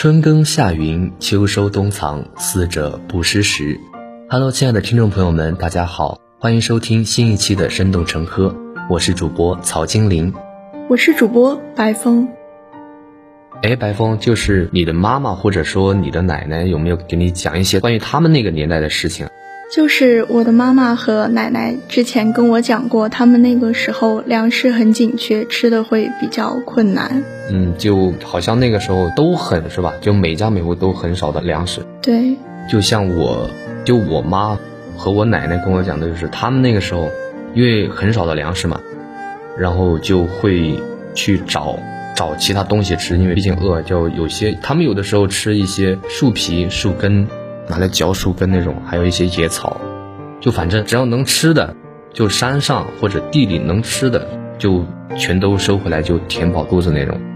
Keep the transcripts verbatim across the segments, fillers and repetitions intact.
春耕夏耘，秋收冬藏，四者不失时。Hello， 亲爱的听众朋友们，大家好，欢迎收听新一期的生动成科，我是主播曹金玲， 我是主播白风。 哎，白风，就是你的妈妈或者说你的奶奶有没有给你讲一些关于他们那个年代的事情？ 就是我的妈妈和奶奶之前跟我讲过，他们那个时候粮食很紧缺，吃的会比较困难。 嗯，就好像那个时候都很是吧，就每家每户都很少的粮食。 对， 就像我就我妈和我奶奶跟我讲的，就是他们那个时候因为很少的粮食嘛，然后就会去找找其他东西吃，因为毕竟饿，就有些他们有的时候吃一些树皮树根，拿来嚼树根那种，还有一些野草，就反正只要能吃的，就山上或者地里能吃的就全都收回来，就填饱肚子那种。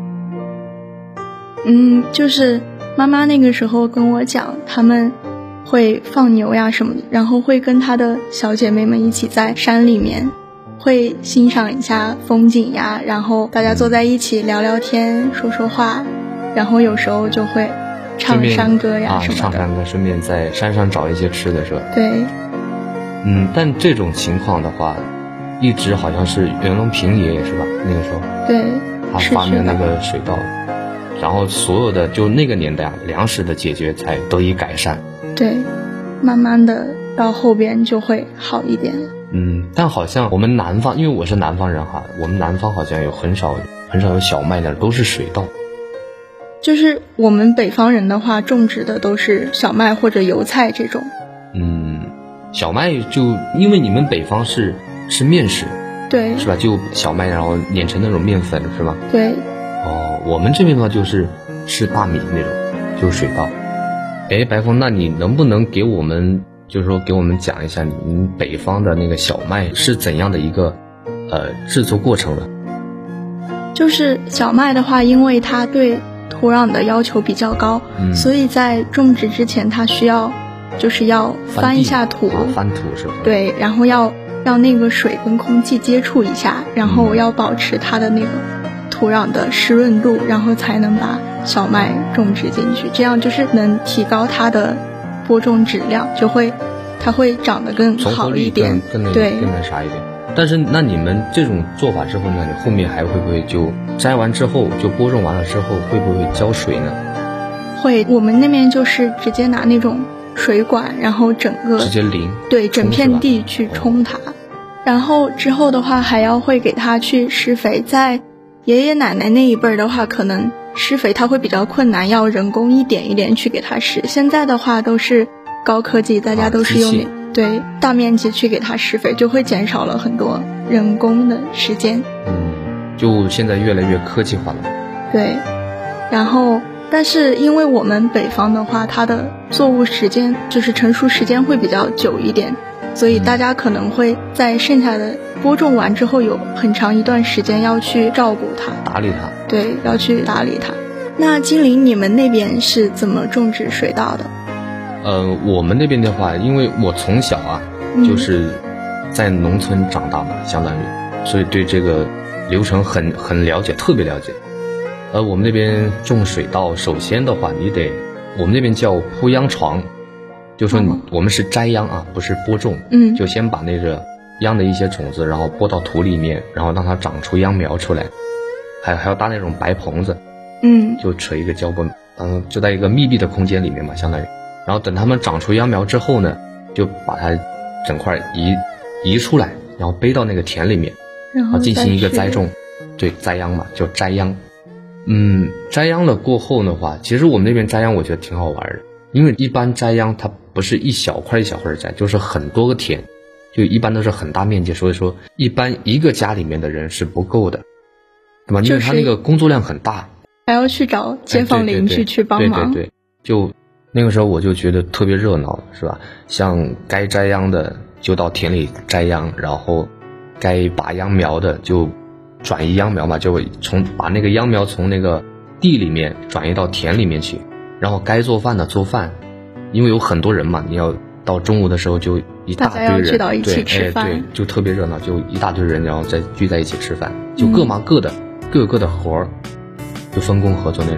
嗯，就是妈妈那个时候跟我讲，他们会放牛呀什么的，然后会跟她的小姐妹们一起在山里面会欣赏一下风景呀，然后大家坐在一起聊聊天说说话，然后有时候就会唱山歌呀什么的， 啊，唱山歌，顺便在山上找一些吃的是吧？ 对。 嗯，但这种情况的话一直好像是袁隆平爷爷是吧，那个时候对， 他发明那个水稻，然后所有的就那个年代啊，粮食的解决才得以改善。 对，慢慢的到后边就会好一点。 嗯，但好像我们南方，因为我是南方人哈，我们南方好像有很少很少有小麦的，都是水稻。 就是我们北方人的话，种植的都是小麦或者油菜这种。 嗯，小麦就因为你们北方是是面食， 对， 是吧？就小麦然后碾成那种面粉是吧？ 对。 哦，我们这边的话就是是大米那种，就是水稻。哎，白风，那你能不能给我们就是说给我们讲一下你们北方的那个小麦是怎样的一个呃制作过程呢？ 就是小麦的话，因为它对土壤的要求比较高，嗯、所以在种植之前它需要就是要翻一下土， 啊、翻土是吧？ 对，然后要让那个水跟空气接触一下，然后要保持它的那个土壤的湿润度，然后才能把小麦种植进去，这样就是能提高它的播种质量，就会它会长得更好一点， 更更对， 更那啥一点。但是那你们这种做法之后呢，你后面还会不会就摘完之后就播种完了之后会不会浇水呢？ 会，我们那边就是直接拿那种水管，然后整个直接淋， 对，整片地去冲它，哦、然后之后的话还要会给它去施肥。在爷爷奶奶那一辈的话，可能施肥它会比较困难，要人工一点一点去给它施。现在的话都是高科技，大家都是用、啊、对大面积去给它施肥，就会减少了很多人工的时间。 嗯，就现在越来越科技化了。 对，然后但是因为我们北方的话，它的作物时间就是成熟时间会比较久一点，所以大家可能会在剩下的播种完之后有很长一段时间要去照顾它， 打理它。 对，要去打理它。那金陵你们那边是怎么种植水稻的？ 呃，我们那边的话，因为我从小啊、嗯、就是在农村长大嘛，相当于，所以对这个流程很很了解，特别了解。呃，我们那边种水稻，首先的话，你得我们那边叫铺秧床，就说你、哦、我们是摘秧啊，不是播种。 嗯， 就先把那个秧的一些种子，然后播到土里面，然后让它长出秧苗出来，还还要搭那种白棚子。 嗯， 就扯一个胶布，嗯，就在一个密闭的空间里面嘛，相当于。然后等它们长出秧苗之后呢，就把它整块移移出来，然后背到那个田里面， 然后进行一个栽种，对，栽秧嘛，就摘秧。嗯，摘秧了过后的话，其实我们那边摘秧我觉得挺好玩的，因为一般摘秧它不是一小块一小块摘，就是很多个田，就一般都是很大面积，所以说一般一个家里面的人是不够的，对吧？因为它那个工作量很大， 还要去找街坊邻居去帮忙。 对对对，就那个时候我就觉得特别热闹，是吧？像该摘秧的就到田里摘秧，然后该拔秧苗的就转移秧苗嘛，就从把那个秧苗从那个地里面转移到田里面去，然后该做饭的做饭，因为有很多人嘛，你要到中午的时候就一大堆人， 大家要聚到一起吃饭， 对，哎，对，就特别热闹，就一大堆人，然后再聚在一起吃饭，就各忙各的，嗯、各有各的活儿，就分工合作那种。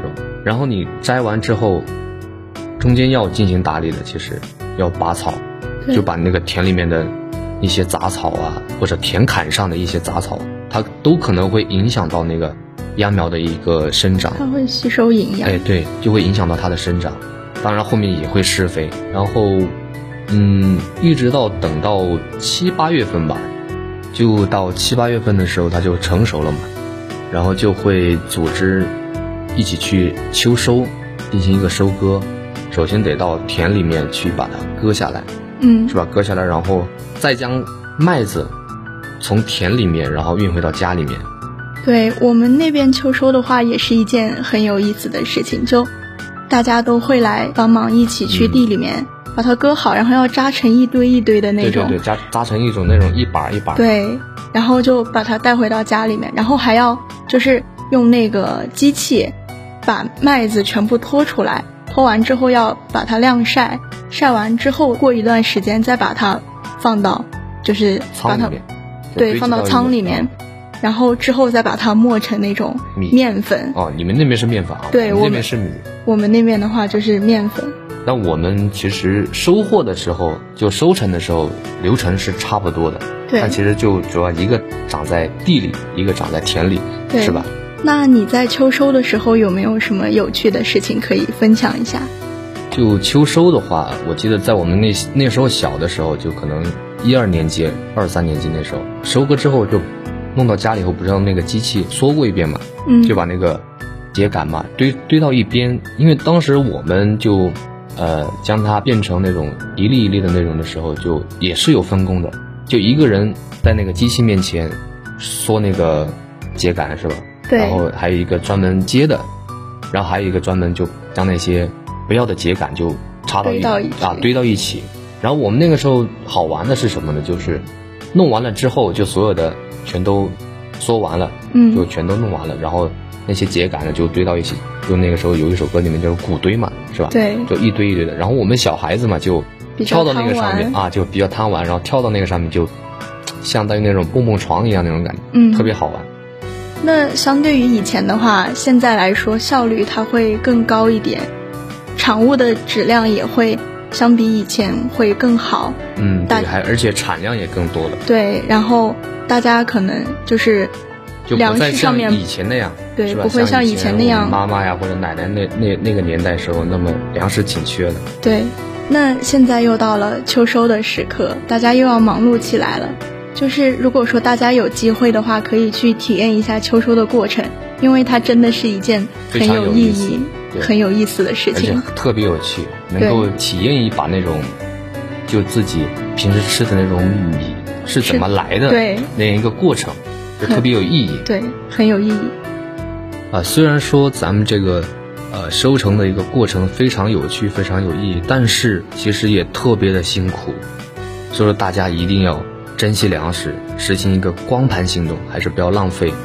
然后你摘完之后，中间要进行打理的，其实要拔草，就把那个田里面的一些杂草啊，或者田坎上的一些杂草，它都可能会影响到那个秧苗的一个生长， 它会吸收营养。 哎，对，就会影响到它的生长。当然后面也会施肥，然后，嗯，一直到等到七八月份吧，就到七八月份的时候，它就成熟了嘛，然后就会组织一起去秋收，进行一个收割。首先得到田里面去把它割下来， 嗯， 是吧？割下来，然后再将麦子从田里面，然后运回到家里面。 对，我们那边秋收的话，也是一件很有意思的事情，就大家都会来帮忙，一起去地里面把它割好，然后要扎成一堆一堆的那种， 对对对，扎扎成一种那种一把一把。 对，然后就把它带回到家里面，然后还要就是用那个机器把麦子全部拖出来，拖完之后要把它晾晒，晒完之后过一段时间再把它放到就是把它对放到仓里面，然后之后再把它磨成那种面粉。 哦，你们那边是面粉啊？ 对， 我们那边是米。 我们那边的话就是面粉。 那我们其实收获的时候，就收成的时候，流程是差不多的。 对。 但其实就主要一个长在地里，一个长在田里，是吧？ 那你在秋收的时候有没有什么有趣的事情可以分享一下？ 就秋收的话，我记得在我们那那时候小的时候，就可能一二年级、二三年级那时候，收割之后就弄到家里后，不是让那个机器缩过一遍嘛， 嗯， 就把那个秸秆嘛堆堆到一边，因为当时我们就呃将它变成那种一粒一粒的那种的时候，就也是有分工的，就一个人在那个机器面前缩那个秸秆是吧？ 对。 然后还有一个专门接的，然后还有一个专门就将那些不要的秸秆就插到一啊堆到一起。然后我们那个时候好玩的是什么呢？就是弄完了之后，就所有的全都缩完了， 嗯， 就全都弄完了，然后那些秸秆呢就堆到一起。就那个时候有一首歌里面就是谷堆嘛，是吧？ 对， 就一堆一堆的。然后我们小孩子嘛就跳到那个上面啊，就比较贪玩，然后跳到那个上面就相当于那种蹦蹦床一样那种感觉， 嗯， 特别好玩。 那相对于以前的话，现在来说效率它会更高一点，产物的质量也会相比以前会更好。 嗯，对，还而且产量也更多了。 对，然后大家可能就是粮食上面以前那样， 对，不会像以前那样妈妈呀或者奶奶那那那个年代时候那么粮食紧缺的。 对，那现在又到了秋收的时刻，大家又要忙碌起来了。就是如果说大家有机会的话，可以去体验一下秋收的过程，因为它真的是一件很有意义、很有意思的事情， 而且特别有趣，能够体验一把那种就自己平时吃的那种米是怎么来的那样一个过程，就特别有意义。 对，很有意义。 啊，虽然说咱们这个呃收成的一个过程非常有趣、非常有意义，但是其实也特别的辛苦，所以说大家一定要珍惜粮食，实行一个光盘行动，还是不要浪费。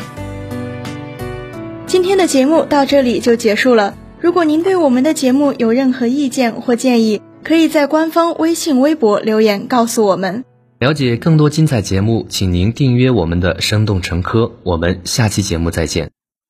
今天的节目到这里就结束了。如果您对我们的节目有任何意见或建议，可以在官方微信、微博留言告诉我们。 了解更多精彩节目，请您订阅我们的生动成科。我们下期节目再见。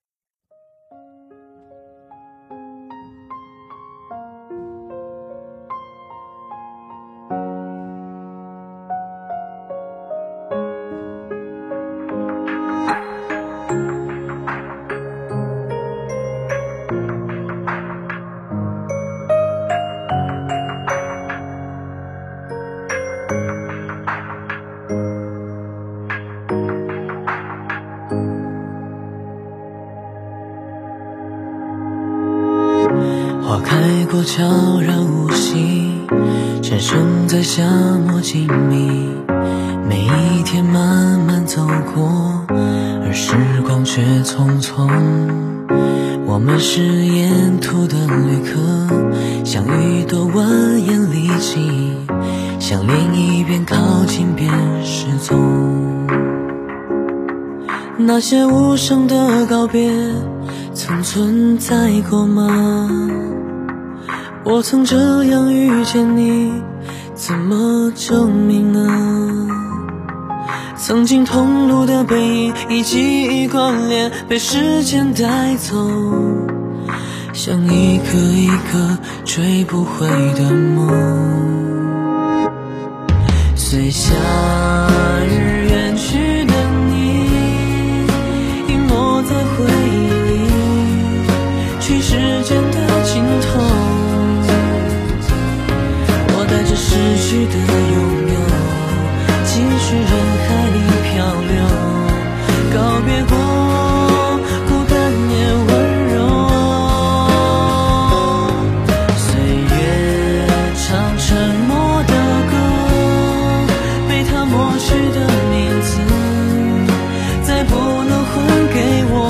花开过悄然无息，蝉声在夏末静谧，每一天慢慢走过，而时光却匆匆。我们是沿途的旅客，像一朵蜿蜒丽迹，像另一边靠近便失踪。那些无声的告别曾存在过吗？我曾这样遇见你，怎么证明呢？曾经同路的背影，以记忆关联，被时间带走， 像一颗一颗追不回的梦。随夏日远去的你，隐没在回忆里，去时间的尽头。我带着失去的拥有，继续人海里漂流，告别过孤单也温柔。岁月唱沉默的歌，被他抹去的名字，再不能还给我。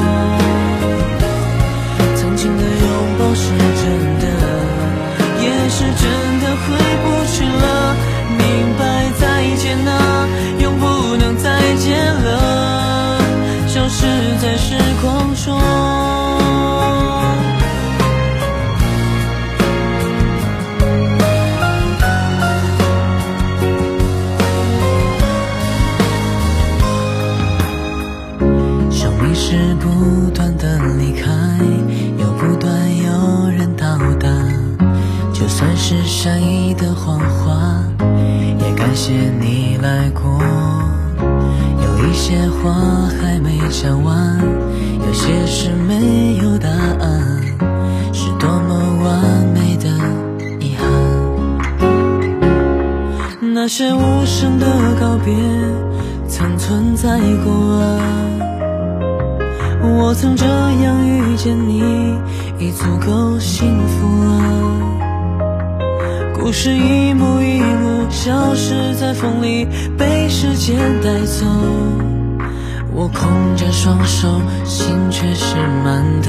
曾经的拥抱是真的，也是真的回不去了。明白再见啊，永不能再见了，消失在时光中。生命是不断的离开，又不断有人到达，就算是善意的谎话，也感谢你来过。有一些话还没讲完，有些事没有答案，是多么完美的遗憾。那些无声的告别曾存在过啊，我曾这样遇见你，已足够幸福啊。故事一幕一幕消失在风里，被时间带走。我空着双手，心却是满的。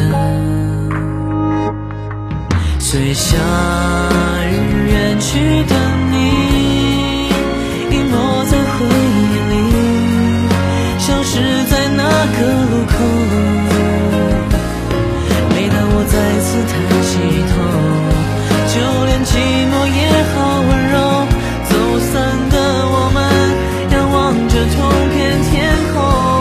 随夏日远去的你，隐没在回忆里，消失在那个路口。每当我再次抬起头，就连寂寞也好温柔。走散的我们，仰望着同片天空。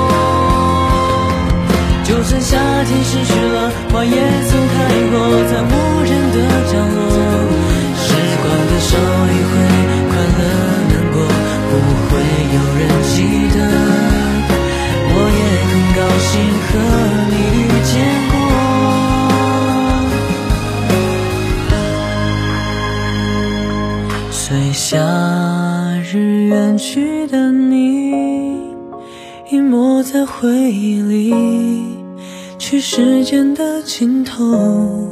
就算夏天失去了，花也曾开过，在无人的角落。时光的手一挥，快乐难过不会有人记得。我也很高兴和你遇见过。随夏日远去的你，隐没在回忆里，去时间的尽头。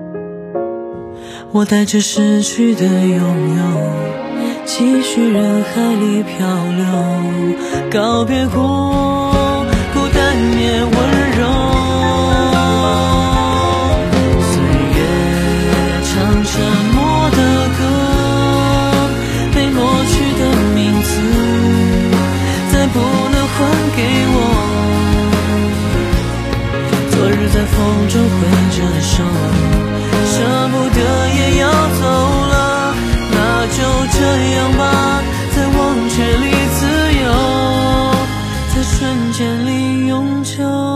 我带着失去的拥有，继续人海里漂流，告别过孤单也温柔。岁月唱沉默的歌，被抹去的名字，再不能还给我。昨日在风中挥着手，舍不得也要走了，那就这样吧，在忘却里自由，在瞬间里永久。